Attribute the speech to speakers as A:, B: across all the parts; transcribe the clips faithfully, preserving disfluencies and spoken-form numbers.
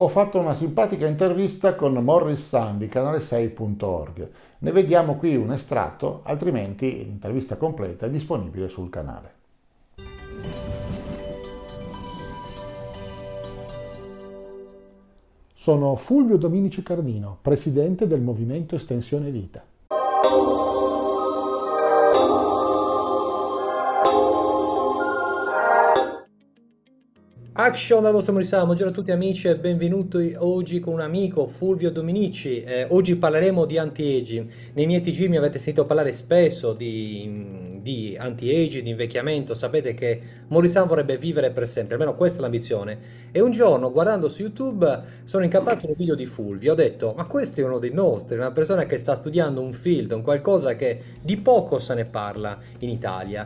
A: Ho fatto una simpatica intervista con Morris Sun di canale sei punto org. Ne vediamo qui un estratto, altrimenti l'intervista completa è disponibile sul canale. Sono Fulvio Dominici Cardino, presidente del Movimento Estensione Vita.
B: Action dal vostro Morisano, buongiorno a tutti amici e benvenuti oggi con un amico Fulvio Dominici. Eh, oggi parleremo di anti-aging. Nei miei T G mi avete sentito parlare spesso di, di anti-aging, di invecchiamento. Sapete che Morisano vorrebbe vivere per sempre, almeno questa è l'ambizione. E un giorno guardando su YouTube sono incappato in un video di Fulvio, ho detto ma questo è uno dei nostri, una persona che sta studiando un field, un qualcosa che di poco se ne parla in Italia.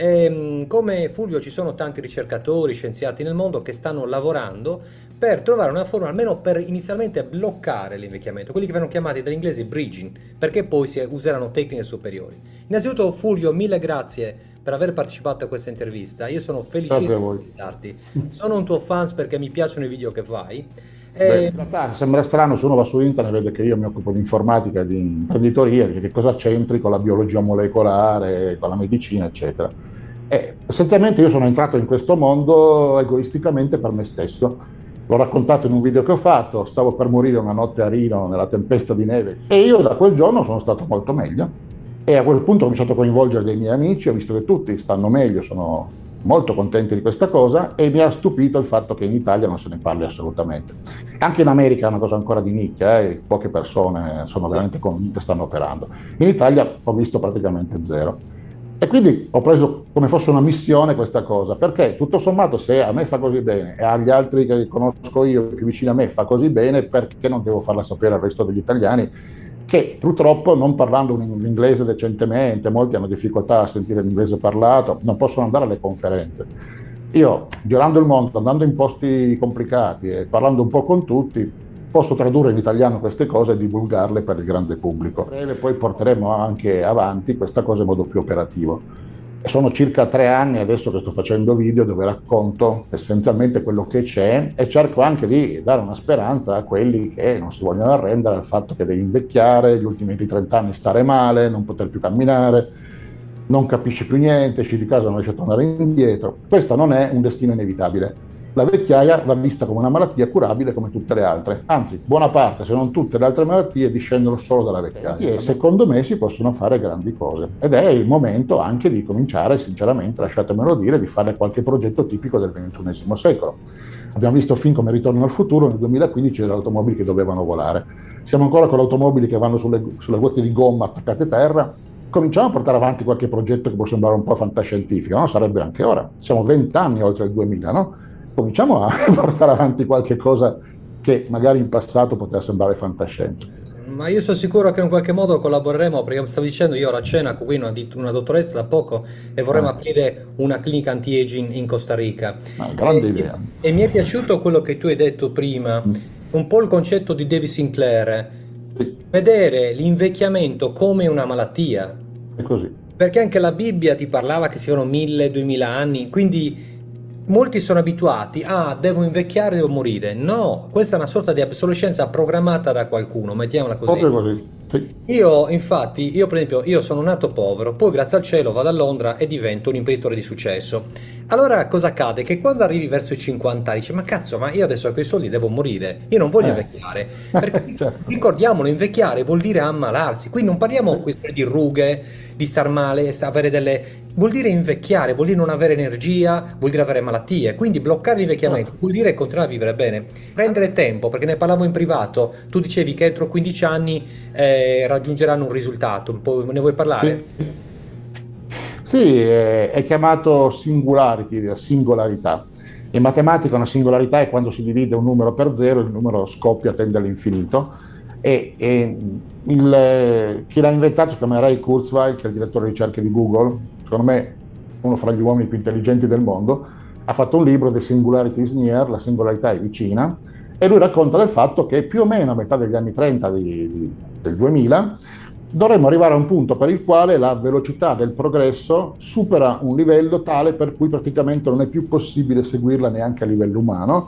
B: E, come Fulvio ci sono tanti ricercatori, scienziati nel mondo che stanno lavorando per trovare una forma, almeno per inizialmente bloccare l'invecchiamento, quelli che vengono chiamati dagli inglesi bridging, perché poi si useranno tecniche superiori. Innanzitutto Fulvio, mille grazie per aver partecipato a questa intervista, io sono felicissimo di invitarti, sono un tuo fan perché mi piacciono i video che fai.
A: Beh, in realtà sembra strano se uno va su internet e vede che io mi occupo di informatica, di imprenditoria, di che cosa c'entri con la biologia molecolare, con la medicina, eccetera. E essenzialmente io sono entrato in questo mondo egoisticamente per me stesso. L'ho raccontato in un video che ho fatto, stavo per morire una notte a Rino nella tempesta di neve e io da quel giorno sono stato molto meglio e a quel punto ho cominciato a coinvolgere dei miei amici, ho visto che tutti stanno meglio, sono molto contenti di questa cosa e mi ha stupito il fatto che in Italia non se ne parli assolutamente. Anche in America è una cosa ancora di nicchia, eh? Poche persone sono veramente convinte, stanno operando. In Italia ho visto praticamente zero. E quindi ho preso come fosse una missione questa cosa, perché tutto sommato se a me fa così bene e agli altri che conosco io, più vicini a me, fa così bene, perché non devo farla sapere al resto degli italiani che purtroppo non parlando un inglese decentemente, molti hanno difficoltà a sentire l'inglese parlato, non possono andare alle conferenze. Io, girando il mondo, andando in posti complicati e parlando un po' con tutti, posso tradurre in italiano queste cose e divulgarle per il grande pubblico. E poi porteremo anche avanti questa cosa in modo più operativo. E sono circa tre anni adesso che sto facendo video dove racconto essenzialmente quello che c'è e cerco anche di dare una speranza a quelli che non si vogliono arrendere al fatto che devi invecchiare, gli ultimi trenta anni stare male, non poter più camminare, non capisci più niente, esci di casa non riesci a tornare indietro. Questo non è un destino inevitabile. La vecchiaia va vista come una malattia curabile come tutte le altre, anzi buona parte, se non tutte le altre malattie, discendono solo dalla vecchiaia e secondo me si possono fare grandi cose ed è il momento anche di cominciare, sinceramente, lasciatemelo dire, di fare qualche progetto tipico del ventunesimo secolo. Abbiamo visto film come Ritorno al futuro, nel duemilaquindici c'erano automobili che dovevano volare, siamo ancora con le automobili che vanno sulle, sulle ruote di gomma attaccate a terra. Cominciamo a portare avanti qualche progetto che può sembrare un po' fantascientifico, no? Sarebbe anche ora, siamo vent'anni oltre il duemila, no? Cominciamo a portare avanti qualche cosa che magari in passato poteva sembrare fantascienza.
B: Ma io sono sicuro che in qualche modo collaboreremo, perché come stavo dicendo io ero a cena con qui una, una dottoressa da poco e vorremmo
A: Ah.
B: aprire una clinica anti-aging in Costa Rica.
A: Ma grande
B: E,
A: idea.
B: e mi è piaciuto quello che tu hai detto prima,
A: Mm.
B: un po' il concetto di David Sinclair,
A: Sì,
B: vedere l'invecchiamento come una malattia,
A: è così.
B: perché anche la Bibbia ti parlava che si avevano mille, duemila anni, quindi molti sono abituati a devo invecchiare, devo morire. No, questa è una sorta di obsolescenza programmata da qualcuno, mettiamola così.
A: Proprio così. Sì.
B: Io, infatti, io per esempio, io sono nato povero, poi grazie al cielo vado a Londra e divento un imprenditore di successo. Allora cosa accade? Che quando arrivi verso i cinquanta anni dici, ma cazzo, ma io adesso ho quei soldi devo morire, io non voglio
A: Eh.
B: invecchiare. Perché
A: Certo.
B: ricordiamolo, invecchiare vuol dire ammalarsi, qui non parliamo queste di rughe, di star male, sta- avere delle... Vuol dire invecchiare, vuol dire non avere energia, vuol dire avere malattie, quindi bloccare l'invecchiamento vuol dire continuare a vivere bene. Prendere tempo, perché ne parlavo in privato, tu dicevi che entro quindici anni eh, raggiungeranno un risultato, un po', ne vuoi parlare?
A: Sì. Sì, è, è chiamato singularity, singolarità. In matematica una singolarità è quando si divide un numero per zero, il numero scoppia, tende all'infinito. E, e il, chi l'ha inventato si chiama Ray Kurzweil, che è il direttore di ricerche di Google, secondo me uno fra gli uomini più intelligenti del mondo, ha fatto un libro, The Singularity is Near, la singolarità è vicina, e lui racconta del fatto che più o meno a metà degli anni trenta di, di, del duemila dovremmo arrivare a un punto per il quale la velocità del progresso supera un livello tale per cui praticamente non è più possibile seguirla neanche a livello umano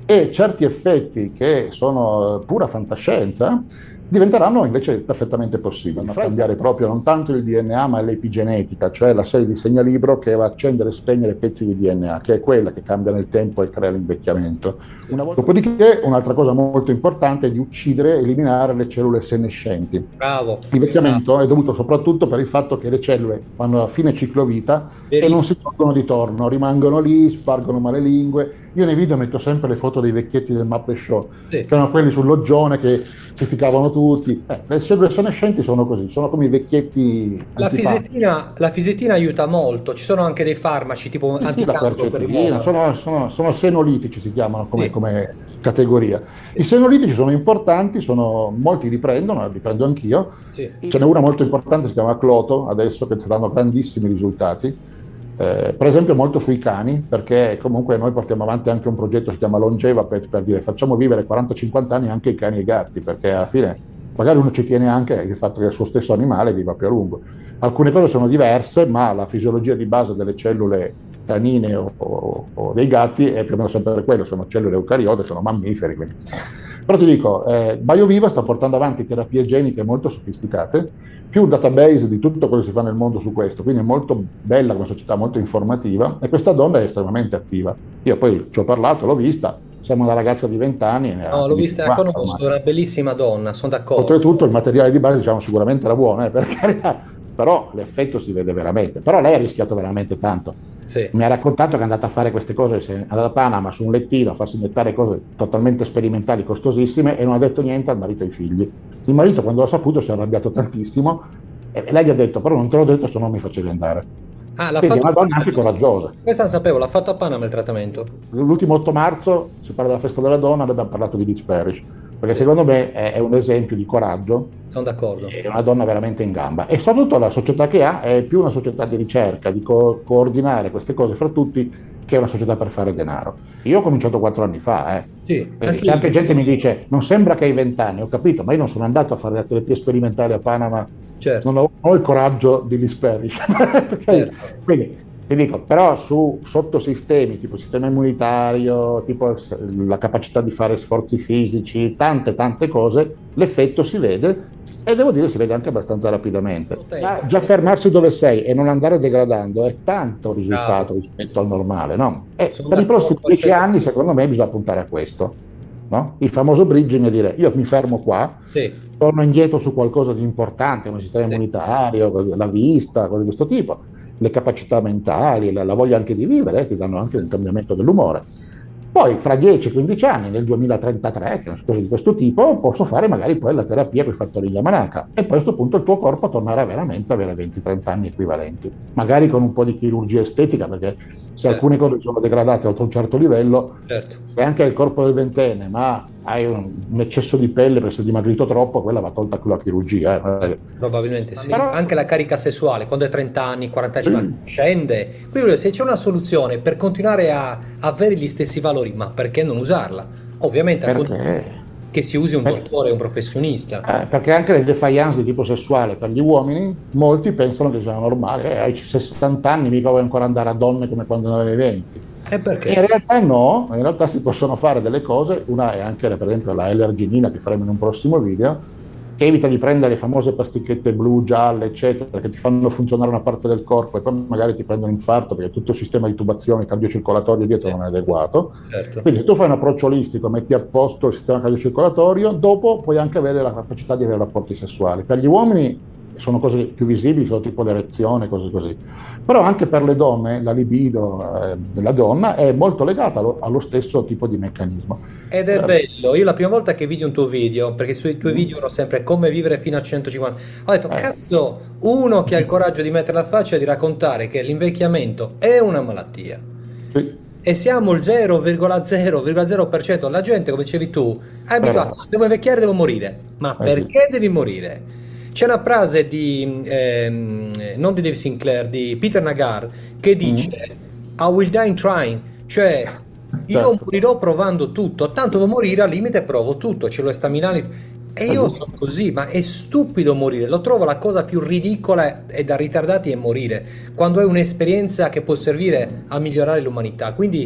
A: e certi effetti che sono pura fantascienza diventeranno invece perfettamente possibili. Cambiare proprio non tanto il D N A ma l'epigenetica, cioè la serie di segnalibro che va a accendere e spegnere pezzi di D N A, che è quella che cambia nel tempo e crea l'invecchiamento. Una volta... Dopodiché un'altra cosa molto importante è di uccidere e eliminare le cellule senescenti.
B: Bravo.
A: L'invecchiamento
B: Bravo.
A: è dovuto soprattutto per il fatto che le cellule vanno a fine ciclo vita e non si tolgono di torno, rimangono lì, spargono male lingue. Io nei video metto sempre le foto dei vecchietti del Muppet Show, sì, che erano quelli sul loggione che criticavano tutti. Eh, le cellule senescenti sono così, sono come i vecchietti.
B: La fisettina, la fisettina aiuta molto, ci sono anche dei farmaci tipo
A: Sì, sì,
B: anticancro per rimuovere.
A: sono, sono, sono senolitici, si chiamano come,
B: Sì,
A: come categoria. I senolitici sono importanti, sono, molti li prendono, li prendo anch'io.
B: sì.
A: Ce n'è una molto importante, si chiama Cloto, adesso, che ti danno grandissimi risultati. Eh, per esempio molto sui cani, perché comunque noi portiamo avanti anche un progetto che si chiama Longeva per, per dire facciamo vivere quaranta cinquanta anni anche i cani e i gatti, perché alla fine magari uno ci tiene anche il fatto che il suo stesso animale viva più a lungo. Alcune cose sono diverse, ma la fisiologia di base delle cellule canine o, o, o dei gatti è più o meno sempre quello, sono cellule eucariote, sono mammiferi. Quindi. Però ti dico, eh, BioViva sta portando avanti terapie geniche molto sofisticate, più un database di tutto quello che si fa nel mondo su questo, quindi è molto bella come società, molto informativa, e questa donna è estremamente attiva. Io poi ci ho parlato, l'ho vista, siamo una ragazza di venti anni.
B: No, l'ho vista, la conosco, è una bellissima donna, sono d'accordo.
A: Oltretutto il materiale di base diciamo sicuramente era buono, eh, per carità, però l'effetto si vede veramente. Però lei ha rischiato veramente tanto.
B: Sì.
A: Mi ha raccontato che è andata a fare queste cose, è andata a Panama su un lettino a farsi iniettare cose totalmente sperimentali, costosissime, e non ha detto niente al marito e ai figli. Il marito, quando l'ha saputo, si è arrabbiato tantissimo e lei gli ha detto: però non te l'ho detto se non mi facevi andare.
B: Ah, l'ha
A: Quindi è
B: fatto
A: una donna anche coraggiosa.
B: Questa non sapevo, l'ha fatto a Panama il trattamento.
A: L'ultimo otto marzo si parla della festa della donna, noi abbiamo parlato di Liz Parrish, perché secondo me è, è un esempio di coraggio.
B: Sono d'accordo.
A: È una donna veramente in gamba, e soprattutto la società che ha è più una società di ricerca, di co- coordinare queste cose fra tutti, che è una società per fare denaro. Io ho cominciato quattro anni fa, eh.
B: Sì,
A: C'è anche gente che mi dice: non sembra che hai vent'anni, ho capito, ma io non sono andato a fare la terapia sperimentale a Panama,
B: certo.
A: Non ho, ho il coraggio di Liz Parrish.
B: Certo.
A: Quindi ti dico, però su sottosistemi tipo sistema immunitario, tipo la capacità di fare sforzi fisici, tante tante cose, l'effetto si vede, e devo dire si vede anche abbastanza rapidamente. Ma già fermarsi dove sei e non andare degradando è tanto risultato Bravo. rispetto al normale, no? E per i prossimi dieci anni secondo me bisogna puntare a questo. No? Il famoso bridging è dire: io mi fermo qua,
B: sì.
A: torno indietro su qualcosa di importante come il sistema sì. immunitario, la vista, cose di questo tipo, le capacità mentali, la, la voglia anche di vivere, eh, ti danno anche un cambiamento dell'umore. Poi fra dieci quindici anni, nel duemilatrentatré, che è una cosa di questo tipo, posso fare magari poi la terapia con i fattori Yamanaka, e poi a questo punto il tuo corpo tornerà veramente a avere venti trenta anni equivalenti, magari con un po' di chirurgia estetica, perché se certo. alcune cose sono degradate oltre un certo livello, certo. se anche il corpo del ventenne, ma hai un, un eccesso di pelle perché sei dimagrito troppo, quella va tolta con la chirurgia. Eh.
B: Probabilmente sì. Però... anche la carica sessuale, quando è trenta anni, quarantacinque anni, scende. Quindi se c'è una soluzione per continuare a avere gli stessi valori, ma perché non usarla? Ovviamente perché? Che si usi un dottore, un professionista.
A: Eh, perché anche le defiance di tipo sessuale per gli uomini, molti pensano che sia normale. Eh, hai sessanta anni, mica vuoi ancora andare a donne come quando ne avevi venti.
B: E perché?
A: In realtà no, in realtà si possono fare delle cose, una è anche per esempio la L-arginina, che faremo in un prossimo video, che evita di prendere le famose pasticchette blu, gialle, eccetera, che ti fanno funzionare una parte del corpo e poi magari ti prendono infarto perché tutto il sistema di tubazione cardiocircolatorio dietro non è adeguato.
B: Certo.
A: Quindi se tu fai un approccio olistico, metti a posto il sistema cardiocircolatorio, dopo puoi anche avere la capacità di avere rapporti sessuali. Per gli uomini sono cose più visibili, sono tipo l'erezione, cose così. Però anche per le donne la libido eh, della donna è molto legata allo, allo stesso tipo di meccanismo.
B: Ed è eh, bello, io la prima volta che vidi un tuo video, perché sui tuoi video ero sempre come vivere fino a centocinquanta, ho detto, eh. cazzo, uno che ha il coraggio di mettere la faccia e di raccontare che l'invecchiamento è una malattia.
A: Sì.
B: E siamo il zero virgola zero virgola zero per cento della gente, come dicevi tu, è abituato, eh. devo invecchiare, devo morire. Ma eh, perché sì. devi morire? C'è una frase di, ehm, non di Dave Sinclair, di Peter Nagar, che dice mm. I will die trying, cioè io certo. morirò provando tutto, tanto devo morire, al limite provo tutto, cellule staminali, e io sono così, ma è stupido morire, lo trovo la cosa più ridicola e da ritardati è morire, quando è un'esperienza che può servire a migliorare l'umanità, quindi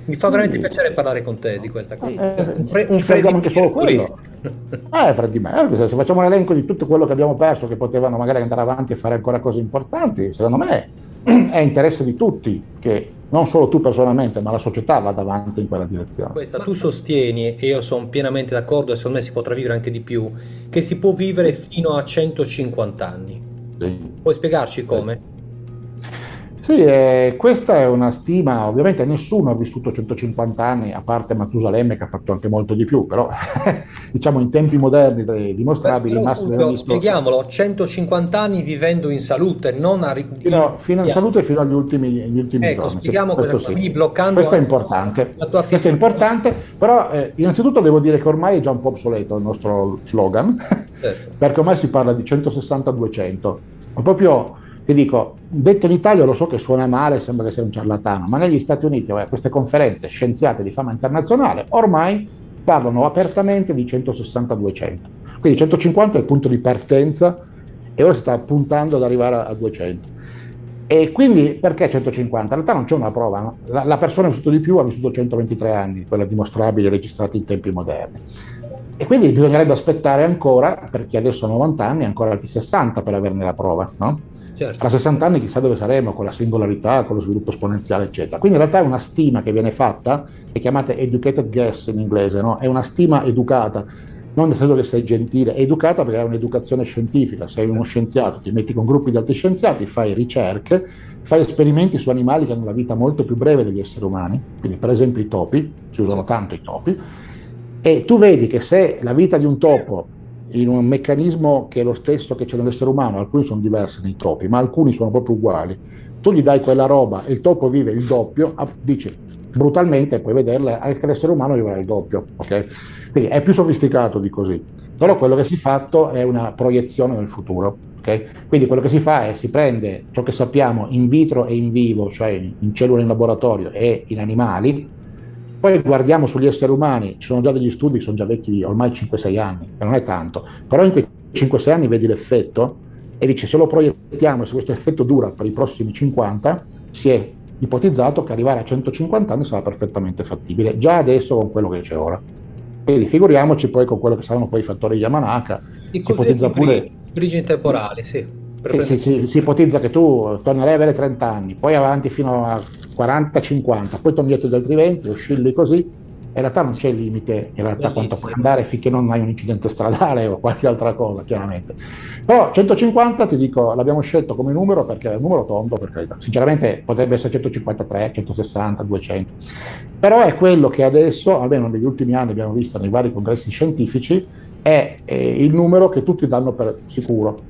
B: Mi fa veramente
A: Sì.
B: piacere parlare con te di questa cosa.
A: Eh,
B: Un, fre- un
A: ci perdiamo
B: Freddie
A: anche solo
B: Mercury.
A: quello. Eh, fra di me, se facciamo un elenco di tutto quello che abbiamo perso, che potevano magari andare avanti e fare ancora cose importanti, secondo me è interesse di tutti che non solo tu personalmente, ma la società vada avanti in quella direzione.
B: Questa tu sostieni, e io sono pienamente d'accordo, e secondo me si potrà vivere anche di più, che si può vivere fino a centocinquanta anni.
A: Sì.
B: Puoi spiegarci
A: Sì.
B: come?
A: Sì, eh, questa è una stima, ovviamente nessuno ha vissuto centocinquanta anni, a parte Matusalemme che ha fatto anche molto di più, però diciamo in tempi moderni dei-
B: Beh,
A: dimostrabili, il
B: però
A: massimo abbiamo
B: Fulvio,
A: visto
B: spieghiamolo, centocinquanta anni vivendo in salute, non a... ri- in-
A: fino, fino in salute fino agli ultimi, gli ultimi
B: Ecco,
A: giorni, sì,
B: spieghiamo questa
A: questo
B: cosa,
A: sì.
B: quindi bloccando
A: Questo è
B: anche
A: importante,
B: la tua
A: questo è
B: fisiologia.
A: importante, però eh, innanzitutto devo dire che ormai è già un po' obsoleto il nostro slogan,
B: Certo.
A: perché ormai si parla di centosessanta duecento, ma proprio ti dico, detto in Italia lo so che suona male, sembra che sia un ciarlatano, ma negli Stati Uniti, eh, queste conferenze scienziate di fama internazionale ormai parlano apertamente di centosessanta duecento. Quindi centocinquanta è il punto di partenza e ora si sta puntando ad arrivare a duecento. E quindi perché centocinquanta? In realtà non c'è una prova, no? la, la persona che ha vissuto di più ha vissuto centoventitré anni, quella dimostrabile registrata in tempi moderni. E quindi bisognerebbe aspettare ancora, per chi adesso ha novanta anni, ancora altri sessanta per averne la prova, no? Tra
B: Certo.
A: sessanta anni chissà dove saremo con la singolarità, con lo sviluppo esponenziale, eccetera. Quindi in realtà è una stima che viene fatta, è chiamata educated guess in inglese, no? È una stima educata, non nel senso che sei gentile, è educata perché è un'educazione scientifica, sei uno scienziato, ti metti con gruppi di altri scienziati, fai ricerche, fai esperimenti su animali che hanno la vita molto più breve degli esseri umani, quindi per esempio i topi, si usano tanto i topi, e tu vedi che se la vita di un topo in un meccanismo che è lo stesso che c'è nell'essere umano, alcuni sono diversi nei topi, ma alcuni sono proprio uguali, tu gli dai quella roba e il topo vive il doppio, dici brutalmente puoi vederla, anche l'essere umano vivrà il doppio, ok? Quindi è più sofisticato di così, però quello che si è fatto è una proiezione nel futuro, ok? Quindi quello che si fa è si prende ciò che sappiamo in vitro e in vivo, cioè in cellule in laboratorio e in animali, poi guardiamo sugli esseri umani, ci sono già degli studi, sono già vecchi di ormai cinque sei anni, che non è tanto, però in quei cinque sei anni vedi l'effetto e dici se lo proiettiamo e se questo effetto dura per i prossimi cinquanta, si è ipotizzato che arrivare a centocinquanta anni sarà perfettamente fattibile, già adesso con quello che c'è ora. Quindi figuriamoci poi con quello che saranno poi i fattori Yamanaka,
B: I
A: si
B: cosiddetti
A: ipotizza
B: bridge,
A: pure
B: bridging temporali, sì. Per
A: che si,
B: prendere-
A: si, si ipotizza che tu tornerai ad avere trenta anni, poi avanti fino a quaranta cinquanta, poi torni dietro di altri venti, oscilli così, in realtà non c'è limite in realtà quanto puoi
B: Bellissimo.
A: andare finché non hai un incidente stradale o qualche altra cosa, chiaramente. Però centocinquanta ti dico, l'abbiamo scelto come numero perché è un numero tondo, per carità. Sinceramente potrebbe essere centocinquantatré, centosessanta, duecento. Però è quello che adesso, almeno negli ultimi anni abbiamo visto nei vari congressi scientifici, è, è il numero che tutti danno per sicuro.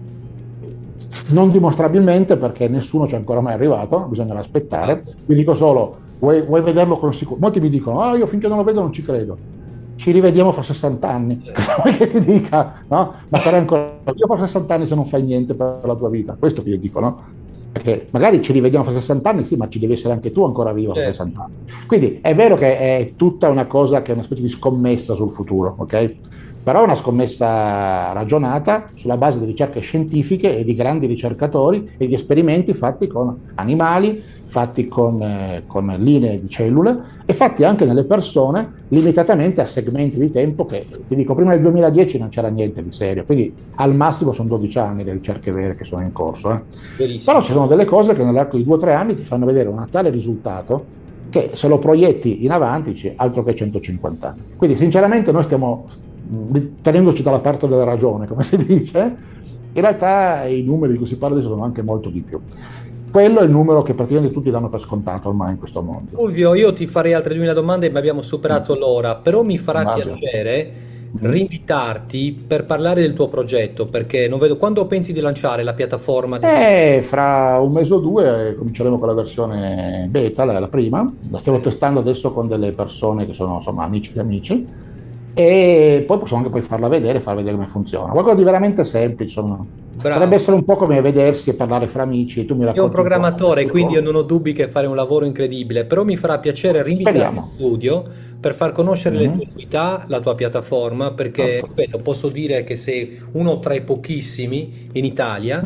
A: Non dimostrabilmente perché nessuno ci è ancora mai arrivato, bisognerà aspettare.
B: Esatto.
A: Vi dico solo, vuoi, vuoi vederlo con sicurezza? Molti mi dicono, ah, io finché non lo vedo non ci credo. Ci rivediamo fra sessanta anni, vuoi che ti dica, no? Ma sarai ancora io fra sessanta anni se non fai niente per la tua vita, questo che io dico, no? Perché magari ci rivediamo fra sessanta anni, sì, ma ci devi essere anche tu ancora vivo fra
B: Certo.
A: sessanta anni. Quindi è vero che è tutta una cosa che è una specie di scommessa sul futuro, ok? Però è una scommessa ragionata sulla base di ricerche scientifiche e di grandi ricercatori e di esperimenti fatti con animali, fatti con, eh, con linee di cellule e fatti anche nelle persone limitatamente a segmenti di tempo che, ti dico, prima del duemiladieci non c'era niente di serio, quindi al massimo sono dodici anni le ricerche vere che sono in corso. Eh. Però
B: Verissimo.
A: ci sono delle cose che nell'arco di due o tre anni ti fanno vedere un tale risultato che se lo proietti in avanti dici altro che centocinquanta anni. Quindi sinceramente noi stiamo tenendoci dalla parte della ragione, come si dice, in realtà i numeri di cui si parla adesso sono anche molto di più. Quello è il numero che praticamente tutti danno per scontato ormai in questo mondo.
B: Fulvio, io ti farei altre duemila domande, ma abbiamo superato
A: Mm.
B: l'ora, però mi farà
A: Immagino.
B: piacere
A: Mm.
B: rinvitarti per parlare del tuo progetto, perché non vedo quando pensi di lanciare la piattaforma di...
A: E fra un mese o due cominceremo con la versione beta, la, la prima, la stiamo testando adesso con delle persone che sono insomma amici di amici e poi possiamo anche poi farla vedere, far vedere come funziona. Qualcosa di veramente semplice, insomma. Potrebbe
B: Bravo.
A: essere un po' come vedersi e parlare fra amici, tu mi
B: Io un
A: racconti un po'
B: programmatore, quindi io
A: come.
B: non ho dubbi che fare un lavoro incredibile, però mi farà piacere rinvitarti in
A: Speriamo.
B: studio per far conoscere le tue
A: Mhm.
B: novità, la tua piattaforma, perché,
A: Certo.
B: ripeto, posso dire che sei uno tra i pochissimi in Italia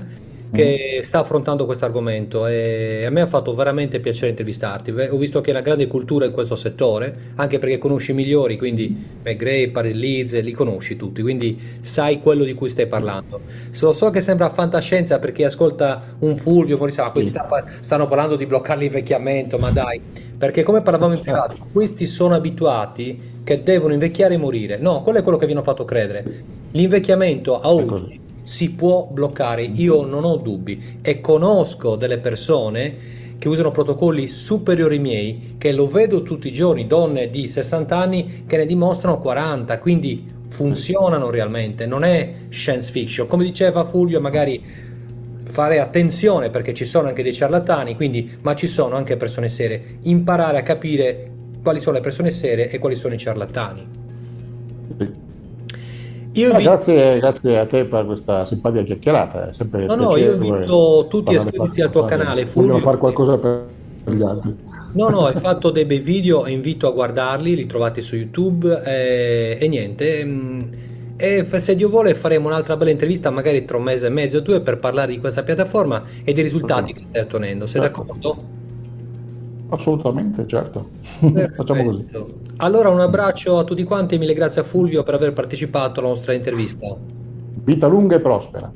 A: Mm.
B: che sta affrontando questo argomento e a me ha fatto veramente piacere intervistarti. Ve- Ho visto che hai una grande cultura in questo settore, anche perché conosci i migliori, quindi McGray, Paris Leeds, li conosci tutti, quindi sai quello di cui stai parlando. So, so che sembra fantascienza per chi ascolta un Fulvio, poi dice, "Ah, questi
A: Sì,
B: sta- stanno parlando di bloccare l'invecchiamento, ma dai, perché come parlavamo in privato,
A: certo,
B: questi sono abituati che devono invecchiare e morire. No, quello è quello che vi hanno fatto credere. L'invecchiamento a
A: è così.
B: oggi si può bloccare, io non ho dubbi e conosco delle persone che usano protocolli superiori ai miei, che lo vedo tutti i giorni, donne di sessanta anni che ne dimostrano quaranta, quindi
A: Sì.
B: funzionano realmente, non è science fiction. Come diceva Fulvio, magari fare attenzione perché ci sono anche dei ciarlatani, quindi, ma ci sono anche persone serie. Imparare a capire quali sono le persone serie e quali sono i ciarlatani.
A: Sì.
B: Io
A: Ah,
B: vi
A: grazie, grazie a te per questa simpatica chiacchierata, è sempre
B: No, no, io
A: piacevole
B: invito tutti a
A: parlare con
B: iscriversi al tuo
A: persone che
B: canale,
A: vogliono
B: Fulvio.
A: fare qualcosa per gli altri.
B: No, no, hai fatto dei bei video e invito a guardarli, li trovate su YouTube e, e niente. mm, E f- se Dio vuole faremo un'altra bella intervista, magari tra un mese e mezzo o due, per parlare di questa piattaforma e dei
A: Perché
B: risultati
A: no?
B: che stai ottenendo. Sei
A: Certo,
B: d'accordo?
A: assolutamente, certo. Facciamo così.
B: Perfetto. Allora un abbraccio a tutti quanti e mille grazie a Fulvio per aver partecipato alla nostra intervista.
A: Vita lunga e prospera.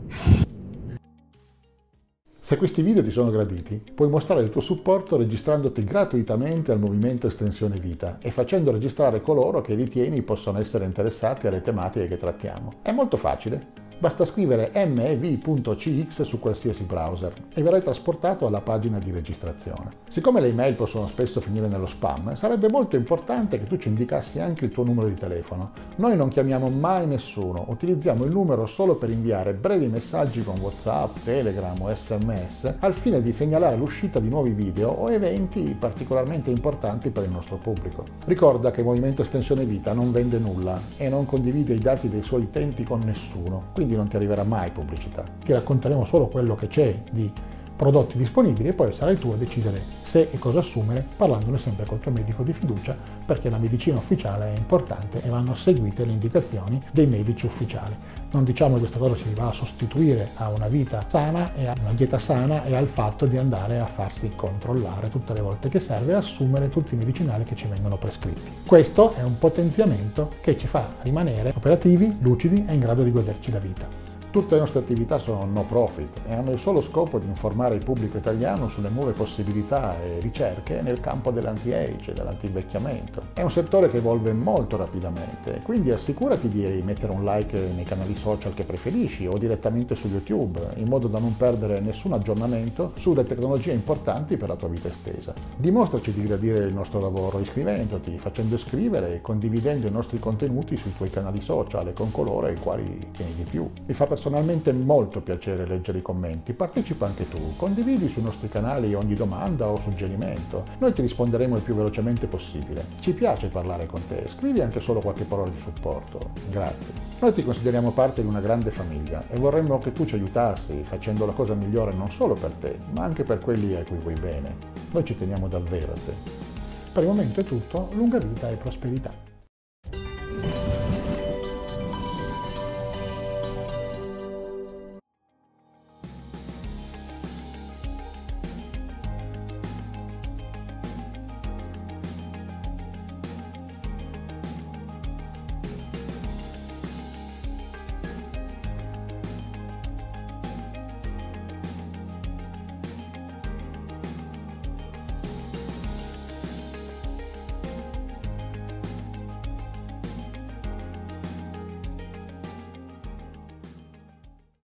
A: Se questi video ti sono graditi, puoi mostrare il tuo supporto registrandoti gratuitamente al movimento Estensione Vita e facendo registrare coloro che ritieni possano essere interessati alle tematiche che trattiamo. È molto facile. Basta scrivere mev punto c x su qualsiasi browser e verrai trasportato alla pagina di registrazione. Siccome le email possono spesso finire nello spam, sarebbe molto importante che tu ci indicassi anche il tuo numero di telefono. Noi non chiamiamo mai nessuno, utilizziamo il numero solo per inviare brevi messaggi con WhatsApp, Telegram o S M S al fine di segnalare l'uscita di nuovi video o eventi particolarmente importanti per il nostro pubblico. Ricorda che il Movimento Estensione Vita non vende nulla e non condivide i dati dei suoi utenti con nessuno, quindi non ti arriverà mai pubblicità. Ti racconteremo solo quello che c'è di prodotti disponibili e poi sarai tu a decidere se e cosa assumere, parlandone sempre col tuo medico di fiducia, perché la medicina ufficiale è importante e vanno seguite le indicazioni dei medici ufficiali. Non diciamo che questa cosa si va a sostituire a una vita sana e a una dieta sana e al fatto di andare a farsi controllare tutte le volte che serve e assumere tutti i medicinali che ci vengono prescritti. Questo è un potenziamento che ci fa rimanere operativi, lucidi e in grado di goderci la vita. Tutte le nostre attività sono no profit e hanno il solo scopo di informare il pubblico italiano sulle nuove possibilità e ricerche nel campo dell'anti-age e dell'antivecchiamento. È un settore che evolve molto rapidamente, quindi assicurati di mettere un like nei canali social che preferisci o direttamente su YouTube, in modo da non perdere nessun aggiornamento sulle tecnologie importanti per la tua vita estesa. Dimostraci di gradire il nostro lavoro iscrivendoti, facendo iscrivere e condividendo i nostri contenuti sui tuoi canali social e con coloro ai quali tieni di più. Mi fa personalmente molto piacere leggere i commenti, partecipa anche tu, condividi sui nostri canali ogni domanda o suggerimento, noi ti risponderemo il più velocemente possibile. Ci piace parlare con te, scrivi anche solo qualche parola di supporto, grazie. Noi ti consideriamo parte di una grande famiglia e vorremmo che tu ci aiutassi facendo la cosa migliore non solo per te, ma anche per quelli a cui vuoi bene. Noi ci teniamo davvero a te. Per il momento è tutto, lunga vita e prosperità.